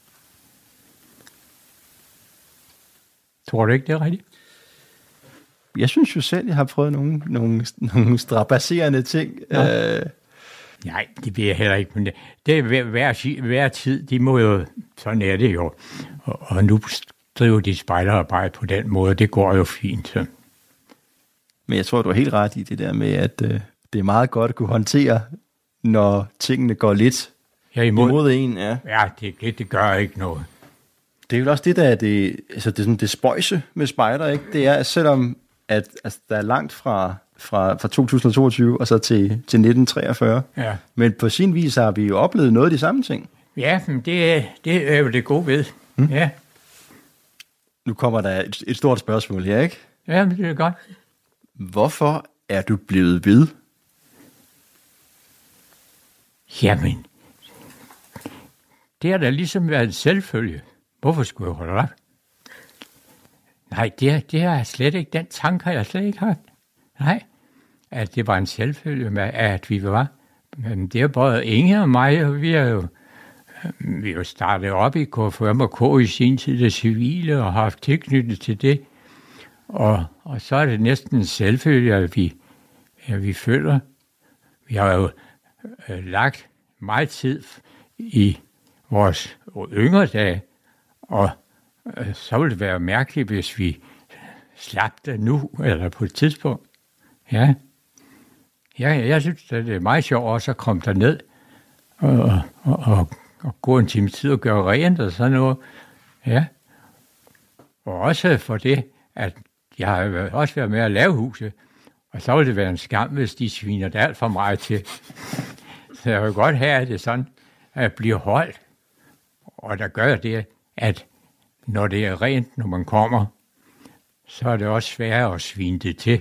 Tror du ikke, det er rigtigt? Jeg synes jo selv, jeg har prøvet nogle strabasserende ting. Nej, det vil jeg heller ikke. Men det er hver tid, de må jo, sådan er det jo. Og nu driver de spejderarbejde på den måde, det går jo fint. Så. Men jeg tror, du har helt ret i det der med, at det er meget godt at kunne håndtere, når tingene går lidt imod en. Ja, det gør ikke noget. Det er jo også det, der er det spøjse med spejder, ikke? Det er, at selvom at der er langt fra 2022 og så til 1943, ja. Men på sin vis har vi jo oplevet noget af de samme ting. Ja, men det er jo det gode ved. Ja. Nu kommer der et stort spørgsmål her, ikke? Ja, det er godt. Hvorfor er du blevet ved? Jamen, det har da ligesom været en selvfølge. Hvorfor skulle jeg holde op? Nej, det har jeg slet ikke. Den tanke har jeg slet ikke haft. Nej, at det var en selvfølge med, at vi var. Men det er både Inge og mig, og vi er jo startet op i KFM og K i sin tid, det civile, og har haft tilknyttet til det. Og så er det næsten en selvfølge, at vi føler. Vi har jo lagt meget tid i vores yngre dage, og så ville det være mærkeligt, hvis vi slap det nu, eller på et tidspunkt. Ja, jeg synes, at det er meget sjovt også at komme derned og gå en time tid og gøre rent og sådan noget. Ja, og også for det, at jeg har også været med at lave huset, og så ville det være en skam, hvis de sviner det alt for meget til. Så jeg vil godt have det sådan, at blive holdt, og der gør det, at når det er rent, når man kommer, så er det også sværere at svine det til.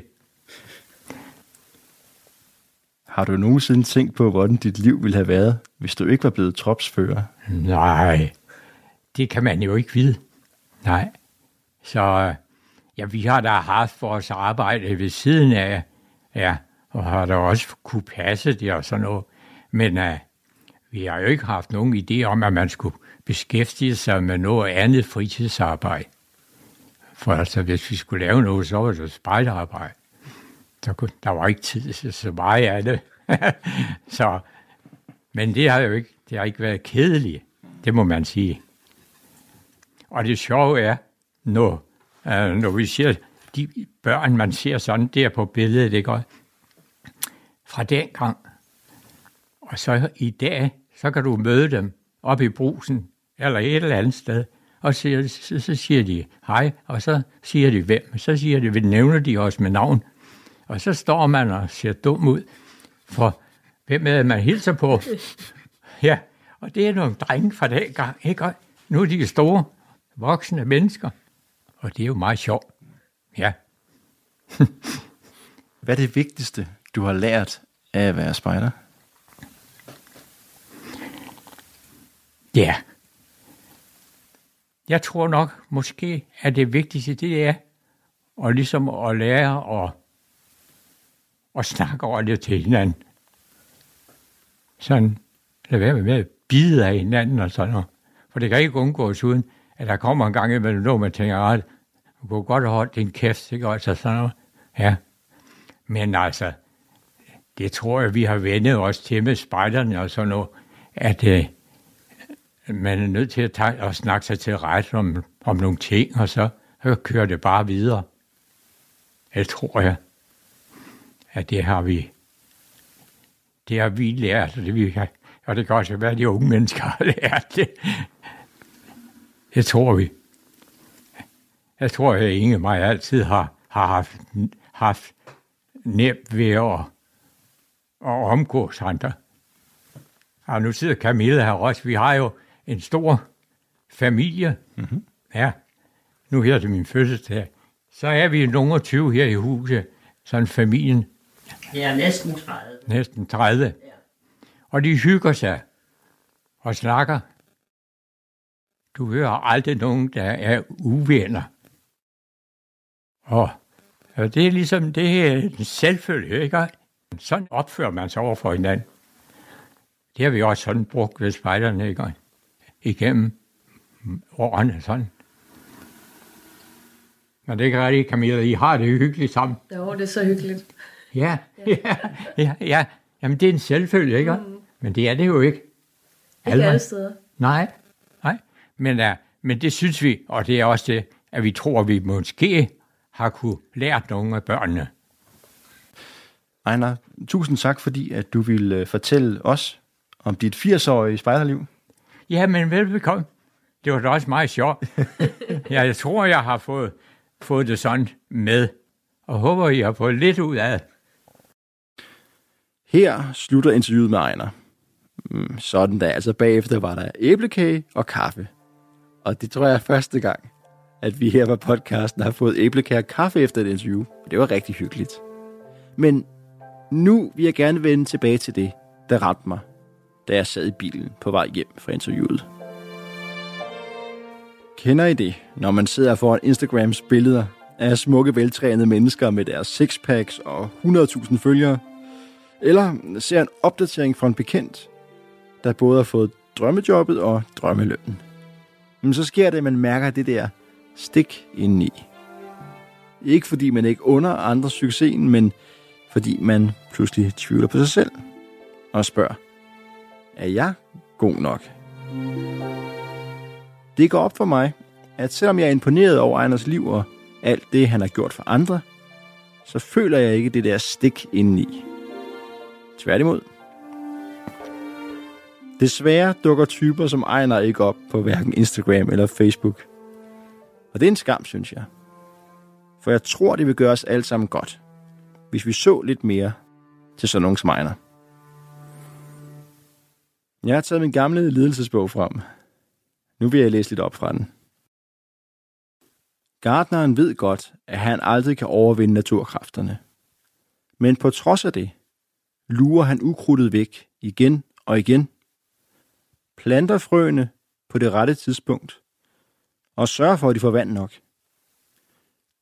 Har du nogensinde tænkt på, hvordan dit liv ville have været, hvis du ikke var blevet tropsfører? Nej, det kan man jo ikke vide. Nej, Så ja, vi har da haft vores arbejde ved siden af, ja, og har da også kunne passe det og sådan noget. Men vi har jo ikke haft nogen idé om, at man skulle beskæftige sig med noget andet fritidsarbejde. For altså, hvis vi skulle lave noget, så var det spejderarbejde. Der var ikke tid til så meget af det. Så, men det har ikke været kedeligt, det må man sige. Og det sjove er, når vi ser de børn, man ser sådan der på billedet, det går fra den gang, og så i dag, så kan du møde dem op i Brugsen, eller et eller andet sted, og så siger de hej, og så siger de hvem, så siger de, nævner de også med navn, og så står man og ser dum ud, for hvem er det, man hilser på? Ja, og det er nogle drenge fra den gang, ikke? Nu er de store, voksne mennesker, og det er jo meget sjovt, ja. Hvad er det vigtigste, du har lært af at være spejder? Ja. Jeg tror nok, måske, at det vigtigste, det er at ligesom at lære at snakke over det til hinanden. Sådan, lad være med at bide af hinanden og sådan noget. For det kan ikke undgås uden, at der kommer en gang imellem noget, man tænker, du kunne godt holde din kæft, ikke? Altså sådan noget. Ja. Men altså, det tror jeg, vi har vendet os til med spejderne og sådan noget, at man er nødt til at snakke sig til ret om nogle ting, og så kører det bare videre. Det tror jeg, at det har vi lært, og det kan også være, at de unge mennesker har lært det. Det tror vi. Jeg tror, at Inge mig altid har haft nemt ved at omgås andre. Og nu sidder Camilla her også. Vi har jo en stor familie. Mm-hmm. Ja, nu her til min fødselsdag. Så er vi nogle 20 her i huset. Sådan familien. Ja, næsten 30. Næsten 30. Ja. Og de hygger sig og snakker. Du hører aldrig nogen, der er uvenner. Og det er ligesom, det er en selvfølge, ikke? Sådan opfører man sig over for hinanden. Det har vi også sådan brugt ved spejderne, ikke? Igennem årene sådan. Men det er rigtigt, Camilla, I har det hyggeligt sammen. Jo, det er så hyggeligt. Ja. Jamen, det er en selvfølge, ikke? Mm. Men det er det jo ikke. Ikke alle steder. Nej. Men det synes vi, og det er også det, at vi tror, at vi måske har kunne lære nogle af børnene. Ejnar, tusind tak, fordi at du ville fortælle os om dit 80-årige spejderliv. Ja, men velbekomme. Det var da også meget sjovt. Jeg tror, jeg har fået det sådan med, og håber, I har fået lidt ud af det. Her slutter interviewet med Ejnar. Sådan da, altså bagefter var der æblekage og kaffe. Og det tror jeg er første gang, at vi her på podcasten har fået æblekage og kaffe efter et interview. Det var rigtig hyggeligt. Men nu vil jeg gerne vende tilbage til det, der ramte mig, da jeg sad i bilen på vej hjem fra interviewet. Kender I det, når man sidder foran Instagrams billeder af smukke, veltrænede mennesker med deres sixpacks og 100.000 følgere? Eller ser en opdatering fra en bekendt, der både har fået drømmejobbet og drømmelønnen? Men så sker det, at man mærker det der stik indeni. Ikke fordi man ikke under andres succesen, men fordi man pludselig tvivler på sig selv og spørger, er jeg god nok? Det går op for mig, at selvom jeg er imponeret over Ejnars liv og alt det, han har gjort for andre, så føler jeg ikke det der stik indeni. Tværtimod. Desværre dukker typer som Ejnar ikke op på hverken Instagram eller Facebook. Og det er en skam, synes jeg. For jeg tror, det vil gøre os alle sammen godt, hvis vi så lidt mere til sådan nogen som Ejnar. Jeg har taget min gamle ledelsesbog frem. Nu vil jeg læse lidt op fra den. Gartneren ved godt, at han aldrig kan overvinde naturkræfterne. Men på trods af det, lurer han ukrudtet væk igen og igen, planter frøene på det rette tidspunkt og sørger for, at de får vand nok.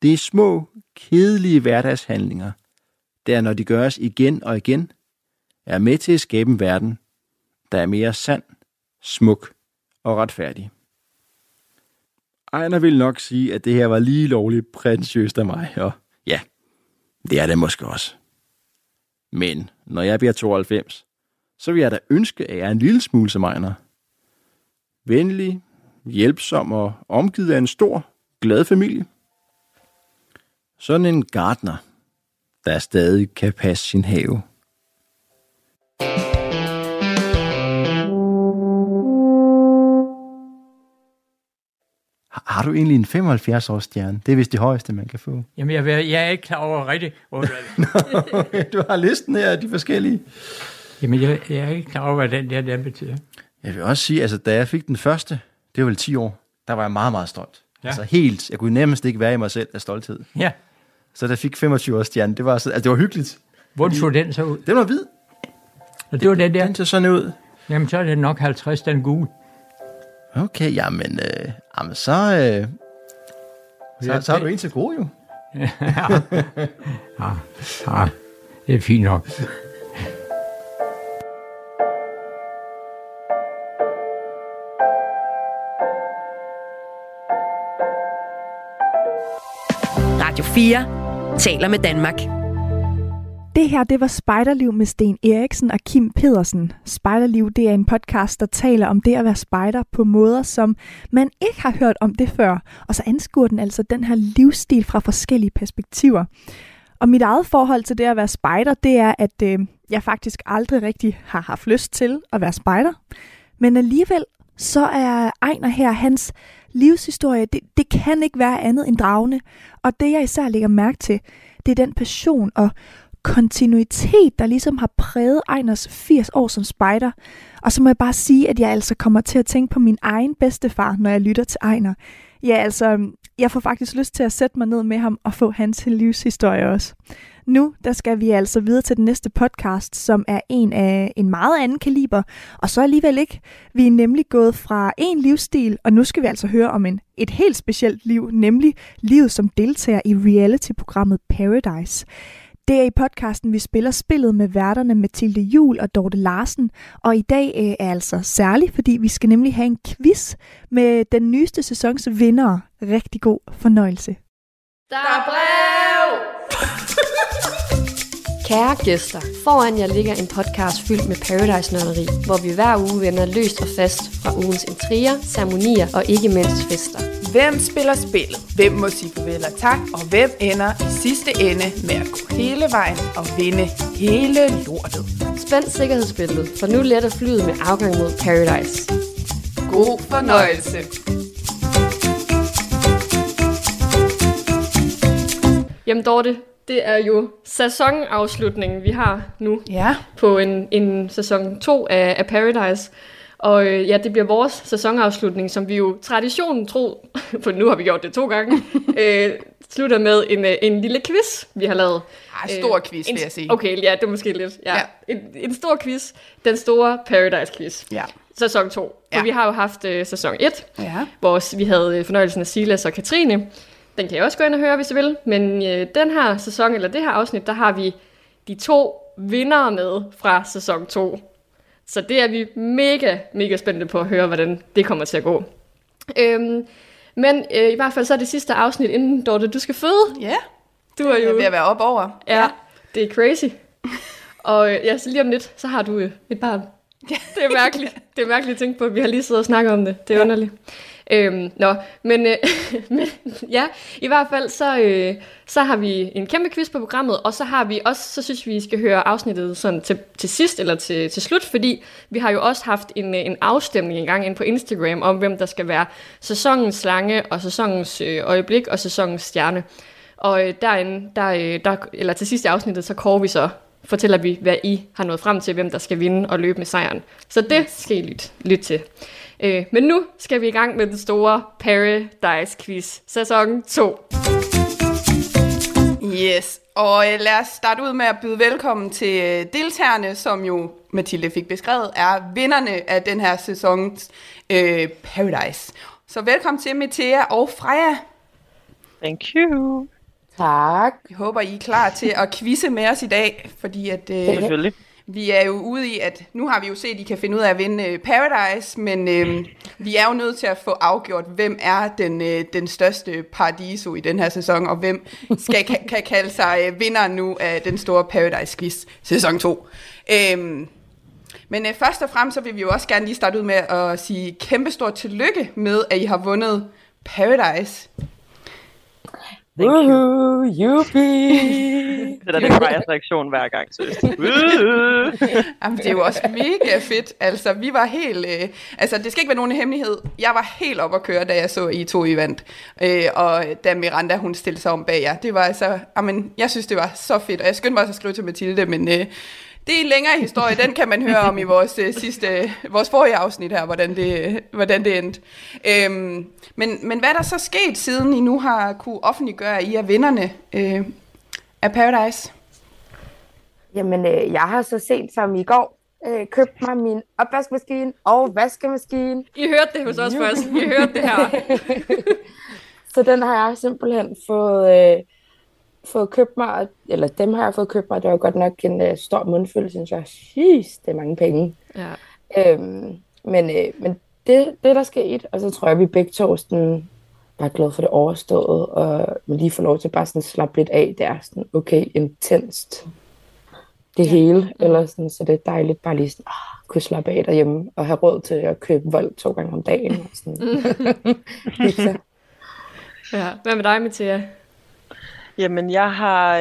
Det er små, kedelige hverdagshandlinger, der når de gøres igen og igen, er med til at skabe en verden, der er mere sand, smuk og retfærdig. Ejner vil nok sige, at det her var lige lovligt prætentiøst af mig, og ja, det er det måske også. Men når jeg bliver 92, så vil jeg da ønske, at jeg er en lille smule som Ejner. Venlig, hjælpsom og omgivet af en stor, glad familie. Sådan en gartner, der stadig kan passe sin have. Har du egentlig en 75-års stjerne? Det er vist det højeste, man kan få. Jamen, jeg er ikke klar over rigtigt. Du har listen her af de forskellige. Jamen, jeg er ikke klar over, hvad den betyder. Jeg vil også sige, altså, da jeg fik den første, det var vel 10 år, der var jeg meget, meget stolt. Ja. Altså helt, jeg kunne nærmest ikke være i mig selv af stolthed. Ja. Så da jeg fik 25-års stjerne, det var, altså, det var hyggeligt. Hvordan så den så ud? Den var hvid. Og det var den der? Den så sådan ud. Jamen, så er det nok 50, den gule. Okay, jamen så har du en til gode, jo. Ja, det er fint nok. Radio 4 taler med Danmark. Det her, det var Spejderliv med Sten Eriksen og Kim Pedersen. Spejderliv, det er en podcast, der taler om det at være spejder på måder, som man ikke har hørt om det før. Og så anskuer den altså den her livsstil fra forskellige perspektiver. Og mit eget forhold til det at være spejder, det er, at jeg faktisk aldrig rigtig har haft lyst til at være spejder. Men alligevel, så er Ejner her, hans livshistorie, det kan ikke være andet end dragende. Og det, jeg især lægger mærke til, det er den passion og kontinuitet, der ligesom har præget Ejners 80 år som spejder. Og så må jeg bare sige, at jeg altså kommer til at tænke på min egen bedstefar, når jeg lytter til Ejner. Ja, altså, jeg får faktisk lyst til at sætte mig ned med ham og få hans livshistorie også. Nu, der skal vi altså videre til den næste podcast, som er en af en meget anden kaliber, og så alligevel ikke. Vi er nemlig gået fra en livsstil, og nu skal vi altså høre om et helt specielt liv, nemlig livet som deltager i reality-programmet Paradise. Det er i podcasten, vi spiller spillet med værterne Mathilde Juhl og Dorte Larsen, og i dag er altså særligt, fordi vi skal nemlig have en quiz med den nyeste sæsons vindere. Rigtig god fornøjelse. Der er brev! Kære gæster, foran jer ligger en podcast fyldt med Paradise-nørderi, hvor vi hver uge vender løst og fast fra ugens intriger, ceremonier og ikke mindst fester. Hvem spiller spillet? Hvem må sige farvel og tak? Og hvem ender i sidste ende med at gå hele vejen og vinde hele lortet? Spænd sikkerhedsbæltet, for nu letter flyet med afgang mod Paradise. God fornøjelse! Jamen Dorte, det er jo sæsonafslutningen, vi har nu på en sæson 2 af Paradise. Og ja, det bliver vores sæsonafslutning, som vi jo traditionen tro, for nu har vi gjort det 2 gange, slutter med en lille quiz, vi har lavet. Stor quiz, vil jeg sige. Okay, ja, det er måske lidt. Ja. En stor quiz, den store Paradise-quiz. Ja. Sæson 2. For vi har jo haft sæson 1, hvor vi havde fornøjelsen af Silas og Katrine. Den kan jeg også gå ind og høre, hvis I vil. Men den her sæson, eller det her afsnit, der har vi de 2 vindere med fra sæson 2. Så det er vi mega, mega spændte på at høre, hvordan det kommer til at gå. Men i hvert fald så er det sidste afsnit, inden Dorte, du skal føde. Ja, du er jo ved at være op over. Ja, det er crazy. Og ja, så lige om lidt, så har du et barn. Det er mærkeligt. Det er mærkeligt at tænke på, at vi har lige siddet og snakket om det. Det er underligt. Men ja, i hvert fald så har vi en kæmpe quiz på programmet, og så har vi også, så synes vi skal høre afsnittet sådan til sidst eller til slut, fordi vi har jo også haft en afstemning engang inde på Instagram om, hvem der skal være sæsonens slange og sæsonens øjeblik og sæsonens stjerne. Og eller til sidst i afsnittet, så kårer vi fortæller vi, hvad I har nået frem til, hvem der skal vinde og løbe med sejren. Så det skal I lytte til. Men nu skal vi i gang med den store Paradise-quiz, sæson 2. Yes, og lad os starte ud med at byde velkommen til deltagerne, som jo Mathilde fik beskrevet, er vinderne af den her sæsons Paradise. Så velkommen til Mathea og Freja. Thank you. Tak. Jeg håber, I er klar til at quizze med os i dag, fordi at vi er jo ude i, at nu har vi jo set, at I kan finde ud af at vinde Paradise, men vi er jo nødt til at få afgjort, hvem er den største paradiso i den her sæson, og hvem kan kalde sig vinderen nu af den store Paradise-quiz sæson 2. Men først og fremmest så vil vi jo også gerne lige starte ud med at sige kæmpestort tillykke med, at I har vundet Paradise. Woohoo, yuppie! Det er den Frejas reaktion hver gang, Jamen, det er jo også mega fedt. Altså, vi var helt... altså, det skal ikke være nogen hemmelighed. Jeg var helt oppe at køre, da jeg så I to event. Og da Miranda, hun stillede sig om bag jer. Det var altså... Jamen, jeg synes, det var så fedt. Og jeg skyndte mig også at skrive til Mathilde, men... det er en længere historie, den kan man høre om i vores forrige afsnit her, hvordan det endte. Men hvad er der så sket, siden I nu har kunne offentliggøre, at I er vinderne af Paradise? Jamen, jeg har så sent som i går købt mig min opvaskemaskine og vaskemaskine. I hørte det hos os først. I hørte det her. Så den har jeg simpelthen fået købt mig, eller dem har jeg fået købt mig. Det var godt nok en stor mundfuld, synes jeg. Jeez, det er mange penge. Ja. Men det der skete, og så tror jeg, vi begge to sådan, var glade for det overstået, og man lige får lov til bare sådan slappe lidt af. Det er sådan, okay, intenst. Det hele, eller sådan, så det er dejligt bare lige sådan, kunne slappe af derhjemme, og have råd til at købe vold 2 gange om dagen. Og sådan. Ja. Hvad med dig, Mathia? Jamen, jeg har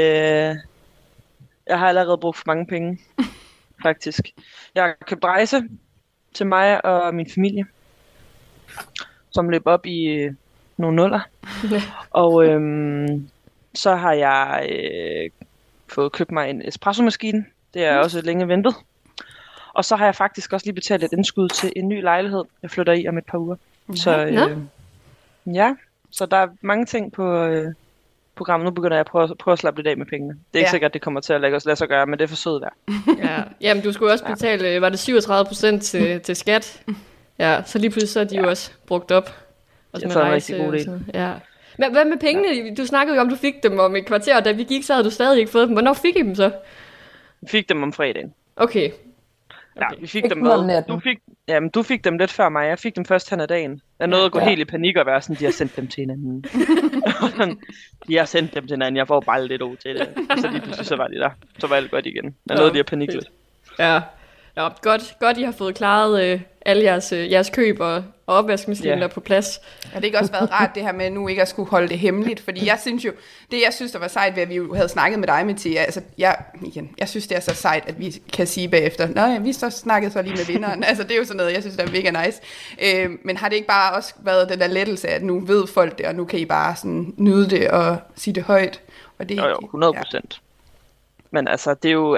allerede brugt for mange penge, faktisk. Jeg har købt rejse til mig og min familie, som løb op i nogle nuller. Og så har jeg fået købt mig en espresso-maskine. Det er også længe ventet. Og så har jeg faktisk også lige betalt et indskud til en ny lejlighed, jeg flytter i om et par uger. Så ja, så der er mange ting på... programmet. Nu begynder jeg at prøve at slappe lidt af med pengene. Det er ikke sikkert, at det kommer til at lade sig gøre, men det er for sødt værd. Ja. Jamen, du skulle også betale, var det 37% til skat? Ja, så lige pludselig så er de jo også brugt op. Og det er en rigtig god del. Ja. Men hvad med pengene? Du snakkede jo om, du fik dem om et kvarter, og da vi gik, så havde du stadig ikke fået dem. Hvornår fik I dem så? Vi fik dem om fredagen. Okay. Ja, vi fik dem med. Du fik dem lidt før mig. Jeg fik dem først hen ad dagen. Jeg nåede at gå helt i panik og være sådan, de har sendt dem til hinanden. De har sendt dem til hinanden. Jeg får bare lidt til det. Så lige pludselig så var de der. Så var alt godt igen. Jeg nåede lige at panik lidt. Ja. Ja, godt I har fået klaret alle jeres køb og opvaskemaskiner på plads. Ja, det har ikke også været rart det her med nu ikke at skulle holde det hemmeligt, fordi jeg synes der var sejt ved, at vi jo havde snakket med dig, Mathia. Altså, jeg synes det er så sejt, at vi kan sige bagefter, nå ja, vi så snakkede så lige med vinderen. Altså det er jo sådan noget, jeg synes der er mega nice. Men har det ikke bare også været den der lettelse, at nu ved folk det, og nu kan I bare sådan nyde det og sige det højt? Og det, jo, 100%. Ja. Men altså, det er jo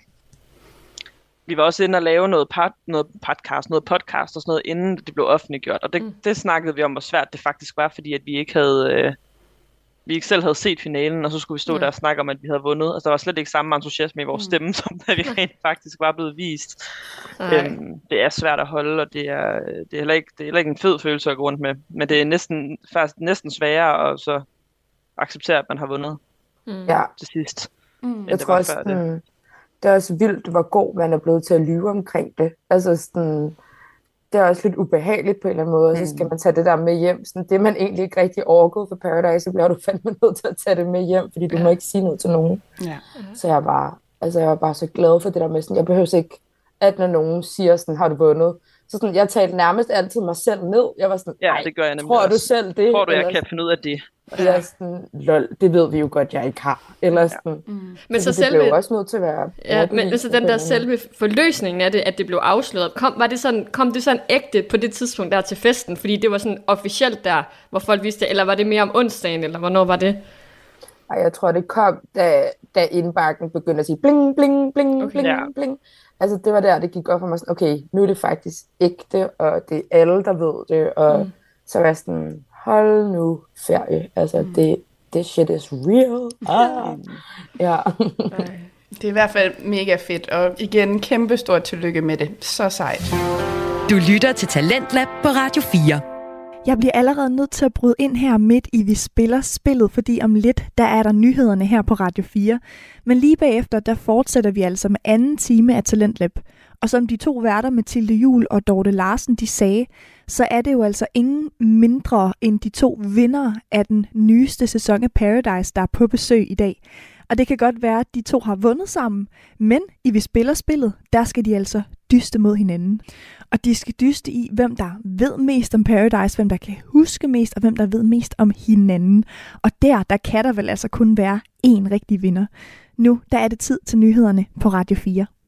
vi var også inde og lave noget podcast og sådan noget, inden det blev offentliggjort. Og det snakkede vi om, hvor svært det faktisk var, fordi at vi ikke selv havde set finalen, og så skulle vi stå der og snakke om, at vi havde vundet. Altså, der var slet ikke samme entusiasme i vores stemme, som da vi rent faktisk var blevet vist. Det er svært at holde, og det er heller ikke en fed følelse at gå rundt med. Men det er næsten sværere at så acceptere, at man har vundet til sidst. Jeg tror også, det er også vildt, hvor god man er blevet til at lyve omkring det. Altså sådan, det er også lidt ubehageligt på en eller anden måde, og så skal man tage det der med hjem. Sådan, det man egentlig ikke rigtig overgået for Paradise, så bliver du fandme nødt til at tage det med hjem, fordi du må ikke sige noget til nogen. Ja. Så jeg var bare så glad for det der med, sådan, jeg behøver ikke, at når nogen siger sådan, har du vundet? Så sådan, jeg talte nærmest altid mig selv ned. Jeg var sådan, det gør jeg nemlig tror også. du selv det? Tror du, jeg kan finde ud af det? Eller sådan, lol, det ved vi jo godt, jeg ikke har. Eller sådan. Men så det blev jo også nødt til at være... Ja, men så den der selve forløsningen af det, at det blev afsløret, kom det sådan ægte på det tidspunkt der til festen? Fordi det var sådan officielt der, hvor folk vidste det, eller var det mere om onsdagen, eller hvornår var det? Ej, jeg tror, det kom, da indbakken begyndte at sige bling, bling, bling, bling, bling. Altså, det var der, det gik op for mig sådan, okay, nu er det faktisk ægte, og det er alle, der ved det, og så var jeg sådan, hold nu ferie, altså, det shit is real. Ja. Det er i hvert fald mega fedt, og igen, kæmpe stort tillykke med det. Så sejt. Du lytter til Talentlab på Radio 4. Jeg bliver allerede nødt til at bryde ind her midt i Vi Spiller Spillet, fordi om lidt, der er der nyhederne her på Radio 4. Men lige bagefter, der fortsætter vi altså med anden time af Talentlab. Og som de to værter, Mathilde Juhl og Dorte Larsen, de sagde, så er det jo altså ingen mindre end de to vindere af den nyeste sæson af Paradise, der er på besøg i dag. Og det kan godt være, at de to har vundet sammen, men i Vi Spiller Spillet, der skal de altså dyste mod hinanden. Og de skal dyste i, hvem der ved mest om Paradise, hvem der kan huske mest, og hvem der ved mest om hinanden. Og der kan der vel altså kun være én rigtig vinder. Nu der er det tid til nyhederne på Radio 4.